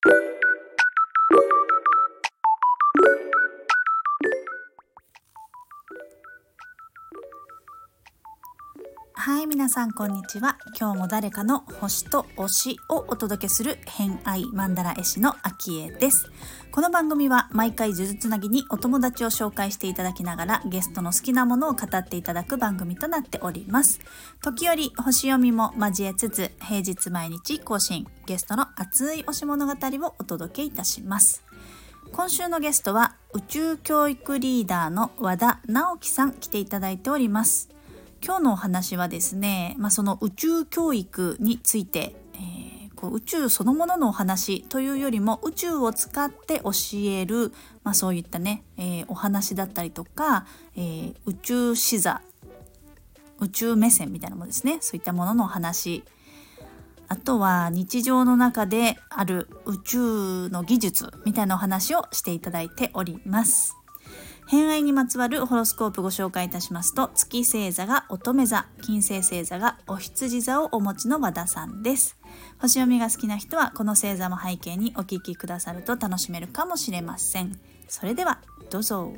はい、皆さんこんにちは。今日も誰かの星と推しをお届けする偏愛マンダラ絵師のあきえです。この番組は毎回呪術つなぎにお友達を紹介していただきながらゲストの好きなものを語っていただく番組となっております。時折星読みも交えつつ平日毎日更新、ゲストの熱い推し物語をお届けいたします。今週のゲストは宇宙教育リーダーの和田直樹さん来ていただいております。今日のお話はですね、その宇宙教育について、宇宙そのもののお話というよりも宇宙を使って教える、そういったね、お話だったりとか、宇宙視座、宇宙目線みたいなものですね。そういったもののお話、あとは日常の中である宇宙の技術みたいなお話をしていただいております。偏愛にまつわるホロスコープご紹介いたしますと、月星座が乙女座、金星星座がお羊座をお持ちの和田さんです。星読みが好きな人はこの星座も背景にお聞きくださると楽しめるかもしれません。それではどうぞ。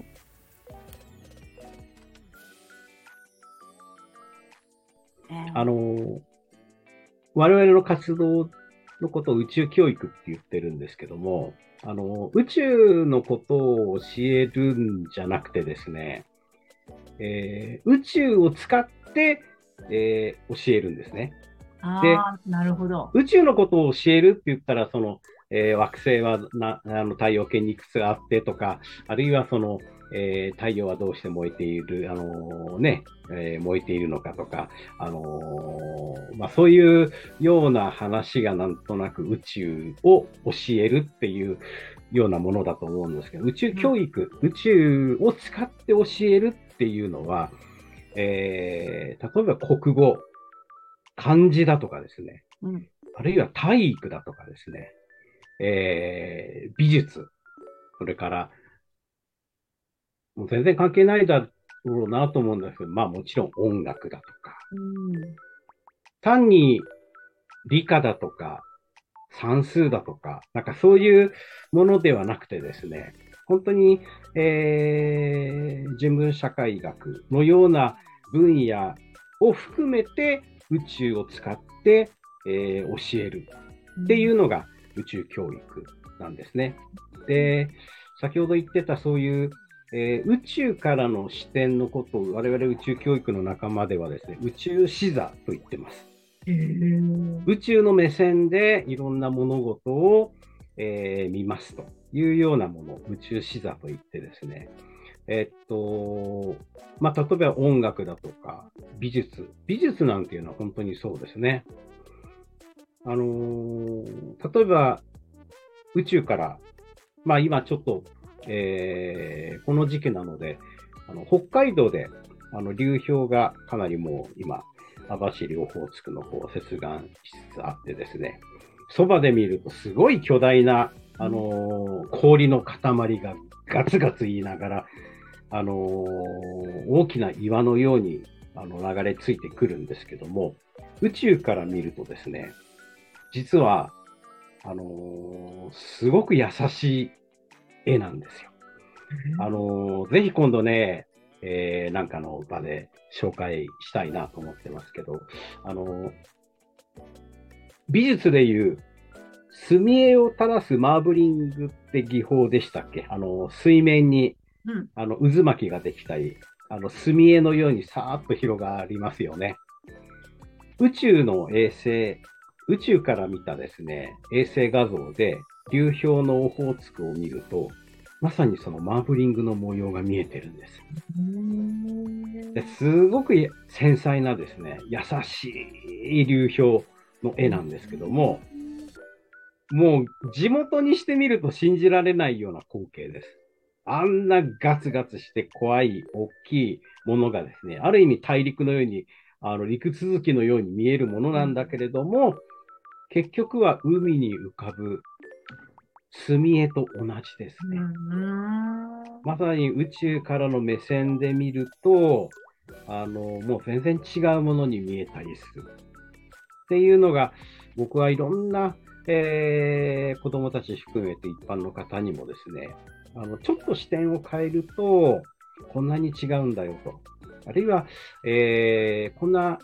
我々の活動のことを宇宙教育って言ってるんですけども、宇宙のことを教えるんじゃなくてですね、宇宙を使って、教えるんですね。で、 なるほど。 宇宙のことを教えるって言ったら、惑星は太陽系にいくつあってとか、あるいは太陽はどうして燃えている、燃えているのかとか、そういうような話がなんとなく宇宙を教えるっていうようなものだと思うんですけど、宇宙教育、宇宙を使って教えるっていうのは、例えば国語、漢字だとかですね、あるいは体育だとかですね、美術、それからもう全然関係ないだろうなと思うんですけど、もちろん音楽だとか、単に理科だとか算数だとか、なんかそういうものではなくてですね、本当に、人文社会学のような分野を含めて宇宙を使って、教えるっていうのが宇宙教育なんですね。で、先ほど言ってたそういう、宇宙からの視点のことを我々宇宙教育の仲間ではですね、宇宙視座と言ってます。宇宙の目線でいろんな物事を、見ますというようなもの、宇宙視座といってですね、例えば音楽だとか美術なんていうのは本当にそうですね。例えば宇宙から、今ちょっと、この時期なので、北海道で流氷がかなりもう今、網走オホーツクの方、接岸しつつあってですね、そばで見るとすごい巨大な、氷の塊がガツガツ言いながら、大きな岩のように流れ着いてくるんですけども、宇宙から見るとですね、実は、すごく優しい絵なんですよ。ぜひ今度ね、なんかの場で紹介したいなと思ってますけど、美術でいう墨絵を垂らすマーブリングって技法でしたっけ？水面に渦巻きができたり、墨絵のようにさーっと広がりますよね。宇宙の衛星、宇宙から見たですね、衛星画像で流氷のオホーツクを見ると、まさにそのマーブリングの模様が見えてるんです。ですごく繊細なですね、優しい流氷の絵なんですけども、もう地元にしてみると信じられないような光景です。あんなガツガツして怖い大きいものがですね、ある意味大陸のように、陸続きのように見えるものなんだけれども、結局は海に浮かぶ墨絵と同じですね。まさに宇宙からの目線で見ると、もう全然違うものに見えたりする。っていうのが、僕はいろんな、 子どもたち含めて一般の方にもですね、ちょっと視点を変えると、こんなに違うんだよと。あるいは、こんな、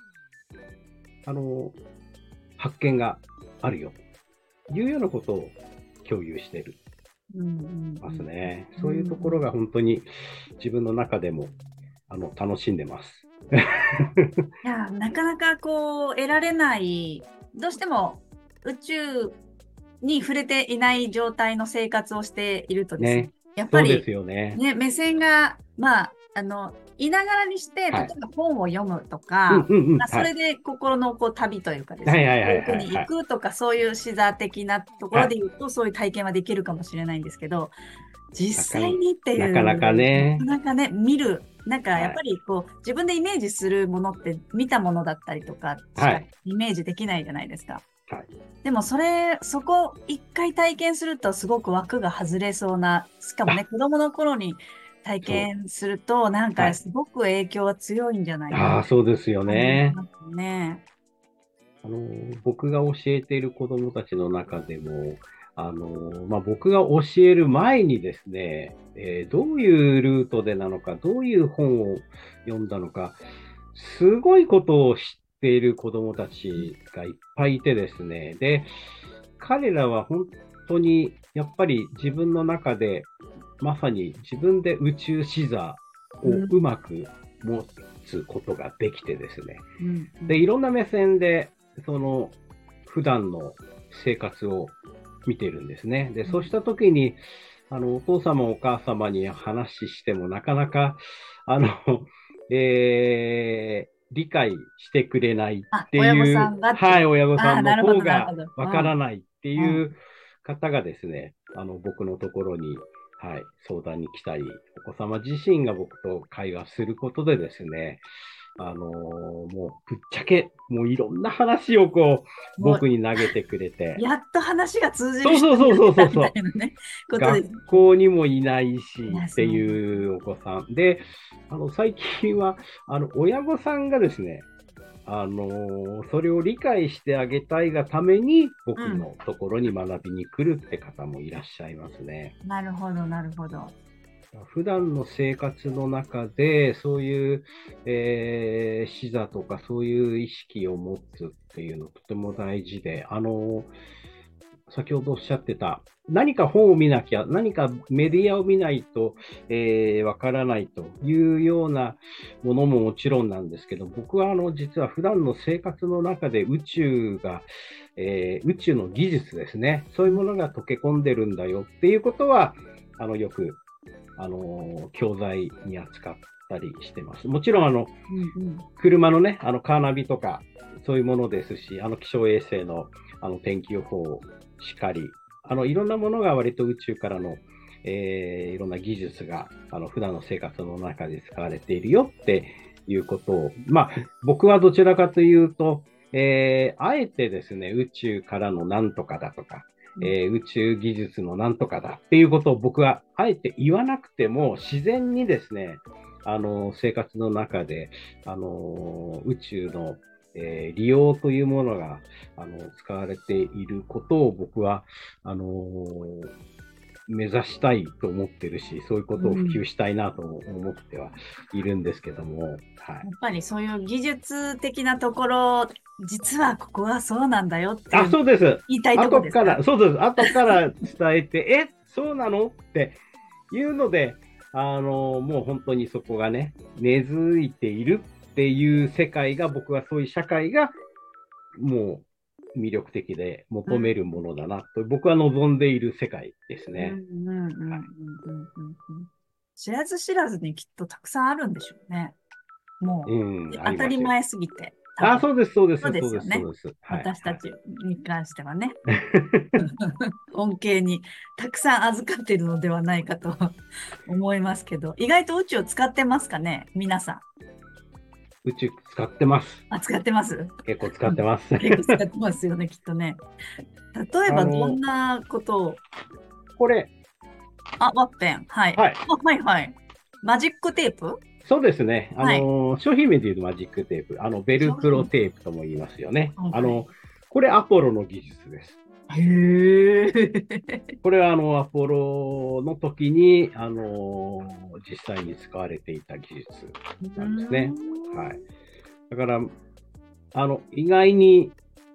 発見があるよというようなことを共有している。ますね。そういうところが本当に自分の中でも楽しんでます。 いや、なかなかこう得られない、どうしても宇宙に触れていない状態の生活をしているとですね、やっぱり、 そうですよね。 目線が、いながらにして、例えば本を読むとか、それで心の旅というかですね、遠くに行くとか、そういう視座的なところで言うと、そういう体験はできるかもしれないんですけど、実際にっていう、 なかなかね、 見る、やっぱり自分でイメージするものって見たものだったりとかしかイメージできないじゃないですか。でもそこ一回体験するとすごく枠が外れそうな、しかもね、子供の頃に体験すると、すごく影響が強いんじゃないかな。 そうですよね。 ね。 僕が教えている子供たちの中でも、僕が教える前にですね、どういうルートでなのか、どういう本を読んだのか、すごいことを知っている子供たちがいっぱいいてですね、で、彼らは本当にやっぱり自分の中でまさに自分で宇宙視座をうまく持つことができてですね、で、いろんな目線で普段の生活を見てるんですね。で、そうしたときにお父様お母様に話してもなかなか理解してくれないっていう、親御さんの方がわからないっていう方がですね、僕のところに、相談に来たり、お子様自身が僕と会話することでですね、もうぶっちゃけ、もういろんな話を僕に投げてくれて。 やっと話が通じる人になったみたいなね。学校にもいないしっていうお子さん。で、最近は、親御さんがですね、それを理解してあげたいがために、僕のところに学びに来るって方もいらっしゃいますね。 なるほど、なるほど。 普段の生活の中で、そういう、視座とかそういう意識を持つっていうのとても大事で、先ほどおっしゃってた、何か本を見なきゃ、何かメディアを見ないと、わからないというようなものももちろんなんですけど、僕は実は普段の生活の中で宇宙の技術ですね、そういうものが溶け込んでるんだよっていうことは、よく教材に扱ったりしてます。もちろん車のね、カーナビとかそういうものですし、気象衛星の天気予報しかり、いろんなものが割と宇宙からの、いろんな技術が普段の生活の中で使われているよっていうことを、僕はどちらかというと、あえてですね、宇宙からのなんとかだとか、宇宙技術のなんとかだっていうことを僕はあえて言わなくても自然にですね、生活の中で、宇宙の、利用というものが使われていることを僕は目指したいと思ってるし、そういうことを普及したいなと思ってはいるんですけども、やっぱりそういう技術的なところ、実はここはそうなんだよってそうです。 言いたいところですか？ そうです。後から伝えて、そうなのっていうので、もう本当にそこがね、根付いているっていう世界が、僕はそういう社会がもう魅力的で求めるものだなと、僕は望んでいる世界ですね。 知らず知らずにきっとたくさんあるんでしょうね。もう、当たり前すぎて。 そうです、そうです、 そうですよね。私たちに関してはね。恩恵にたくさん預かっているのではないかと思いますけど、意外と宇宙を使ってますかね、皆さん。 宇宙使ってます。 使ってます？ 結構使ってます。 結構使ってますよね、きっとね。例えばどんなことを？ これ。 ワッペン。はい。マジックテープ？ そうですね。商品名でいうとマジックテープ。ベルクロテープとも言いますよね。これアポロの技術です。 へえ。 これはアポロの時に、実際に使われていた技術うなんですね。 ん。 はい。だから、意外に、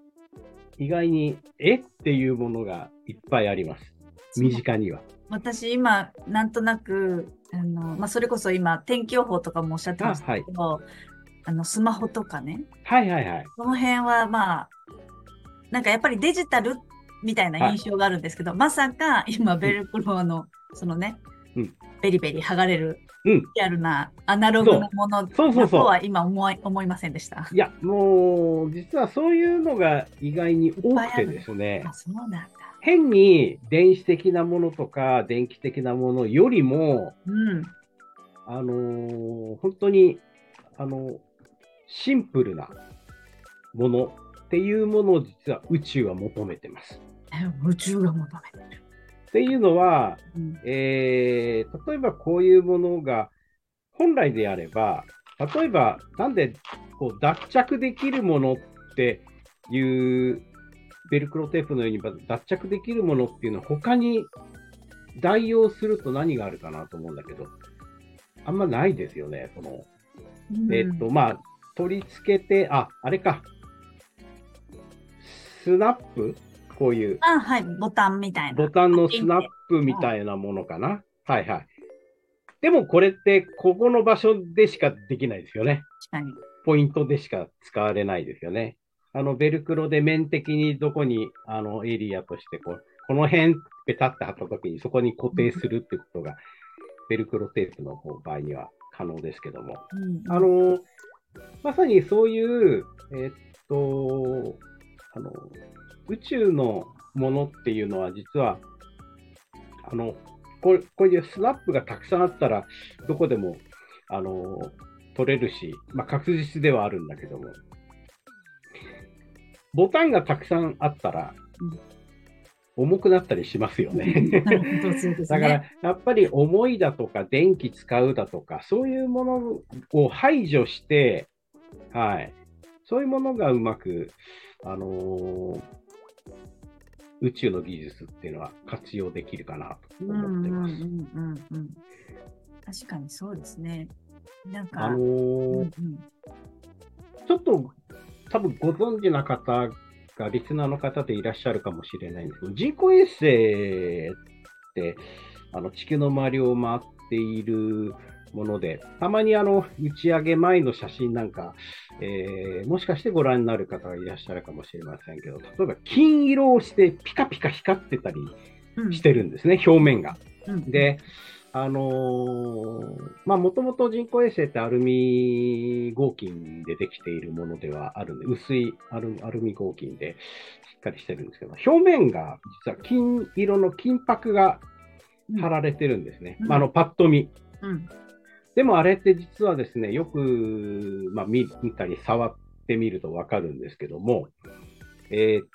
っていうものがいっぱいあります。身近には。 私今、なんとなく、それこそ今、天気予報とかもおっしゃってましたはい。 けど、スマホとかね、 はいはいはい。 この辺はなんかやっぱりデジタルみたいなはい。 印象があるんですけど、まさか今、 うん。 ベルクロの、そのね、 うん。 ベリベリ剥がれる、 うん。 リアルなアナログなそう。 ものそうそうだとそは今思いませんでした。 う。いや、もう、実はそういうのが意外にいっ多くてぱいある。 ですね、 あ、そうなんだ。 変に電子的なものとか電気的なものよりも、 うん。 本当に、あの、シンプルなものっていうものを実は宇宙は求めてます。 宇宙が求めてる。 っていうのは、 うん。 例えばこういうものが本来であれば、例えばなんでこう脱着できるものっていうベルクロテープのように脱着できるものっていうのは他に代用すると何があるかなと思うんだけど、あんまないですよね。 うん。 まあ、取り付けて、あれか、スナップこういうあ、はい。ボタンみたいな。 ボタンのスナッパチンって。 プみうん。 たいなものかな。はいはい。でもこれってここの場所でしかできないですよね。 確かに。 ポイントでしか使われないですよね。ベルクロで面的にどこに、エリアとしてこの辺ペタって貼った時にそこに固定するってことが、ベルクロテープの場合には可能ですけども。 うん。うん。 あの、まさにそういう、あの、宇宙のものっていうのは実は、こういうスナップがたくさんあったら、どこでも、あの、取れるし、まあ、確実ではあるんだけども、ボタンがたくさんあったら、重くなったりしますよね。 なるほど、そうですだから、 ね。 やっぱり重いだとか、電気使うだとか、そういうものを排除して、はい。そういうものがうまく、あのー宇宙の技術っていうのは活用できるかなと思ってます。 確かにそうですね。なんあのか、うんーうん。 ちょっと多分ご存知な方がリスナーの方でいらっしゃるかもしれないんですけど、人工衛星って地球の周りを回っているもので、たまに打ち上げ前の写真なんか、もしかしてご覧になる方がいらっしゃるかもしれませんけど、例えば金色をしてピカピカ光ってたりうん。 してるんですね、表面が。 うん。 で、もともと人工衛星ってアルミ合金でできているものではあるんで、薄いアルミ合金でしっかりしてるんですけど、表面が実は金色の金箔がうん。 貼られてるんですね。 うん。 パッと見。 うん。 でもあれって実はですね、よく、見たり触ってみるとわかるんですけども、えーっ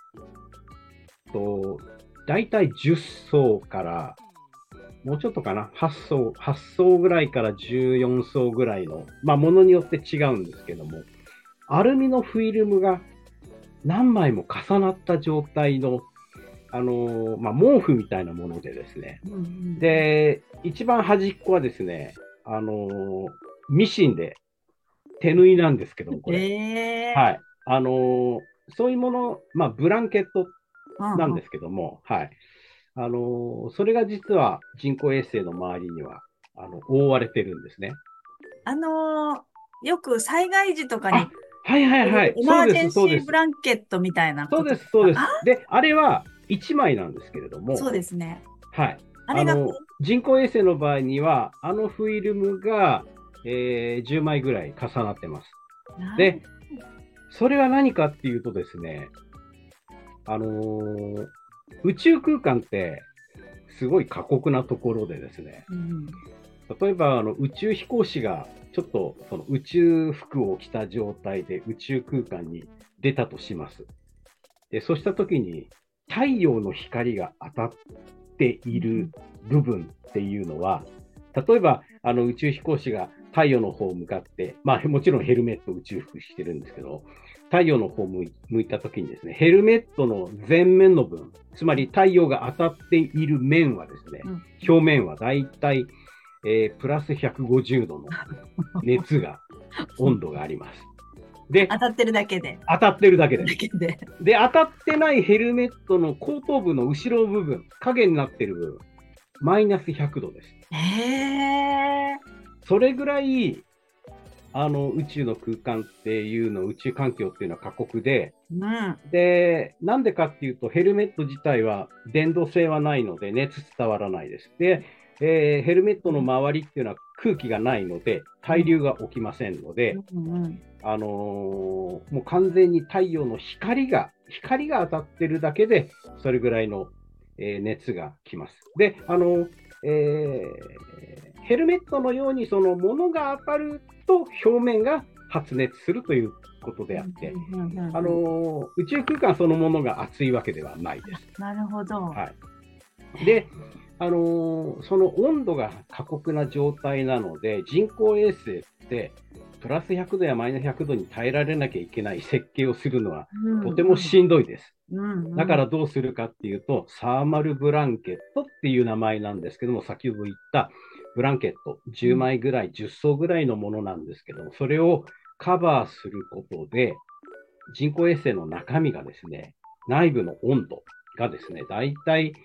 だいたい10層からもうちょっとかな、8層ぐらいから14層ぐらいの、ものによって違うんですけども、アルミのフィルムが何枚も重なった状態の、毛布みたいなものでですね、 うん。 で、一番端っこはですね、ミシンで手縫いなんですけども、これ。 ええはい。そういうもの、ブランケットなんー。 ですけども、はい。それが実は人工衛星の周りには、覆われてるんですね。 あのよく災害時とかあ、 に、 はいはいはい。 エマージェそうです、 ンシーブそうです。 ランケットみたいなことそうです、そうですか？あ、 です。で、あれは1枚なんですけれども、 そうですね。 はい。 あれが、 人工衛星の場合には、フィルムが、10枚ぐらい重なってます。で、 なるそれは何かっていうとですね、あのー宇宙空間ってすごい過酷なところでですね、 うん。 例えば宇宙飛行士がちょっとその宇宙服を着た状態で宇宙空間に出たとします。で、そうしたときに太陽の光が当たっている部分っていうのは、例えば宇宙飛行士が太陽の方向かって、もちろんヘルメット宇宙服してるんですけど、 太陽の方を向いたときにですね、ヘルメットの前面の部分、つまり太陽が当たっている面はですね、表面はだいたいプラス150度の熱が、温度があります。で、 当たってるだけで。 当たってるだけで。 で、 当たってないヘルメットの後頭部の後ろ部分、影になっている部分、マイナス100度です。それぐらい、宇宙の空間っていうの、宇宙環境っていうのは過酷で、で、なんでかっていうと、ヘルメット自体は伝導性はないので、熱伝わらないです。で、ヘルメットの周りっていうのは空気がないので、対流が起きませんので、もう完全に太陽の光が当たってるだけで、それぐらいの、熱がきます。で、ヘルメットのようにその物が当たると表面が発熱するということであって、宇宙空間そのものが熱いわけではないです。 なるほど。 はい。で、その温度が過酷な状態なので、人工衛星ってプラス100度やマイナス100度に耐えられなきゃいけない設計をするのはとてもしんどいです。だからどうするかっていうと、サーマルブランケットっていう名前なんですけども、先ほど言ったブランケット、10枚ぐらい、10層ぐらいのものなんですけども、それをカバーすることで、人工衛星の中身がですね、内部の温度がですね、だいたい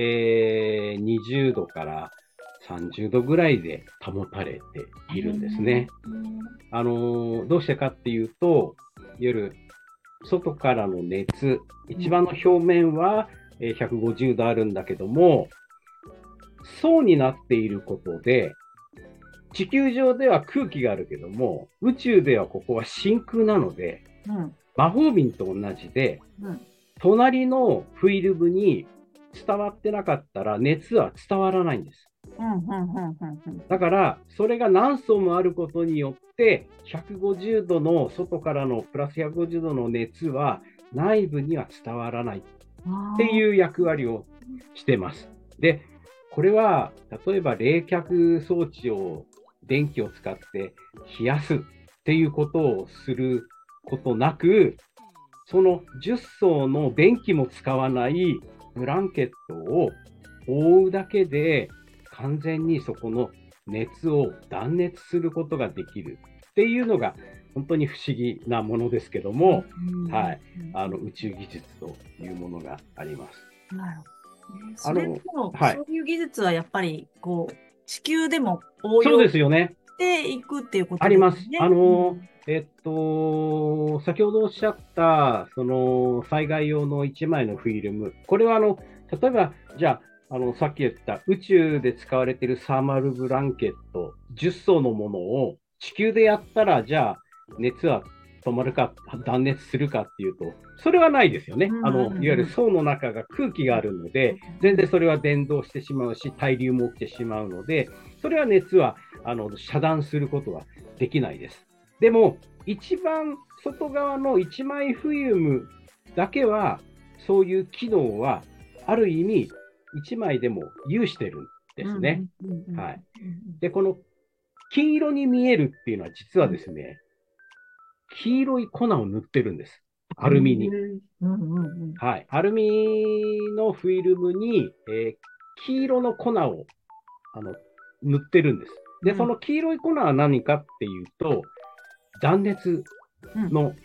20度から30度ぐらいで保たれているんですね。どうしてかっていうと、夜、外からの熱、一番の表面は150度あるんだけども、層になっていることで、地球上では空気があるけども、宇宙ではここは真空なので、魔法瓶と同じで、隣のフィルムに伝わってなかったら熱は伝わらないんです。だから、それが何層もあることによって、150度の外からのプラス150度の熱は内部には伝わらないっていう役割をしてます。で、これは例えば冷却装置を電気を使って冷やすっていうことをすることなく、その10層の電気も使わないブランケットを覆うだけで完全にそこの熱を断熱することができるっていうのが本当に不思議なものですけども、はい、宇宙技術というものがあります。 なるほど。それも、そういう技術はやっぱりこう地球でも応用していくっていうことですね。 あります。先ほどおっしゃったその災害用の1枚のフィルム、これは例えばじゃあさっき言った宇宙で使われているサーマルブランケット10層のものを地球でやったら、じゃあ熱は止まるか断熱するかっていうと、それはないですよね。いわゆる層の中が空気があるので、全然それは伝導してしまうし、対流も起きてしまうので、それは熱は遮断することはできないです。でも、一番外側の1枚フィルムだけは、そういう機能はある意味1枚でも有してるんですね。はい。で、この金色に見えるっていうのは実はですね、黄色い粉を塗ってるんです。アルミに。はい。アルミのフィルムに、黄色の粉を塗ってるんです。で、その黄色い粉は何かっていうと、断熱の、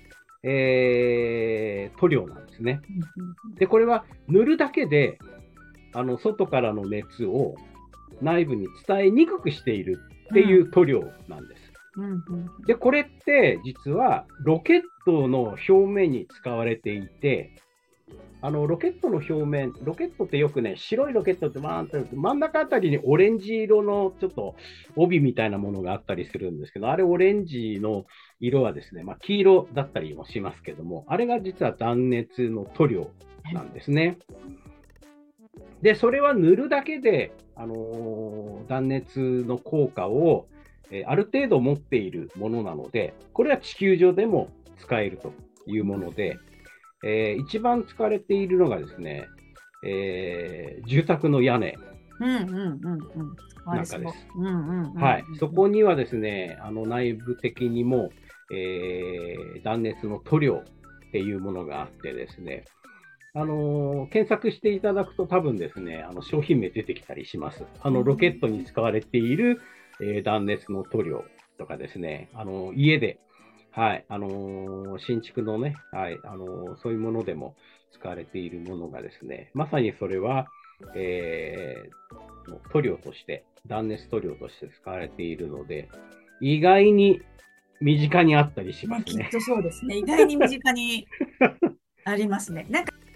塗料なんですね。で、これは塗るだけで、外からの熱を内部に伝えにくくしているっていう塗料なんです。で、これって実はロケットの表面に使われていて、ロケットの表面、ロケットってよくね、白いロケットってバーンと真ん中あたりにオレンジ色のちょっと帯みたいなものがあったりするんですけど、あれオレンジの色はですね、黄色だったりもしますけども、あれが実は断熱の塗料なんですね。で、それは塗るだけで、断熱の効果をある程度持っているものなので、これは地球上でも使えるというもので、一番使われているのがですね、住宅の屋根なんかです。はい。そこにはですね、内部的にも、断熱の塗料っていうものがあってですね、検索していただくと多分ですね、商品名出てきたりします。ロケットに使われている、断熱の塗料とかですね、家で、はい、新築のね、はい、そういうものでも使われているものがですね、まさにそれは、塗料として、断熱塗料として使われているので、意外に身近にあったりしますね。 きっとそうですね。意外に身近にありますね。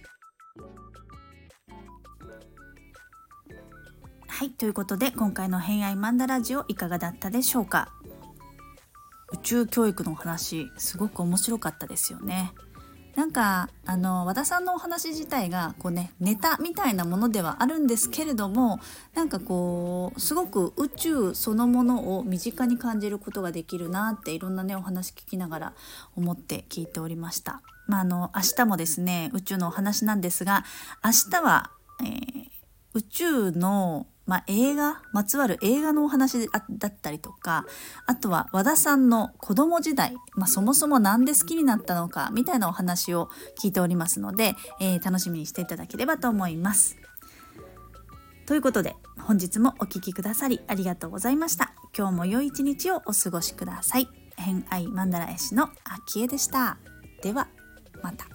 はい、ということで今回の偏愛マンダラジオいかがだったでしょうか。宇宙教育のお話すごく面白かったですよね。和田さんのお話自体がネタみたいなものではあるんですけれども、すごく宇宙そのものを身近に感じることができるなっていろんなお話聞きながら思って聞いておりました。明日もですね宇宙のお話なんですが、明日は、宇宙のまつわる映画のお話だったりとか、あとは和田さんの子供時代、そもそもなんで好きになったのかみたいなお話を聞いておりますので、楽しみにしていただければと思います。ということで本日もお聞きくださりありがとうございました。今日も良い一日をお過ごしください。偏愛マンダラ絵師のあきえでした。ではまた。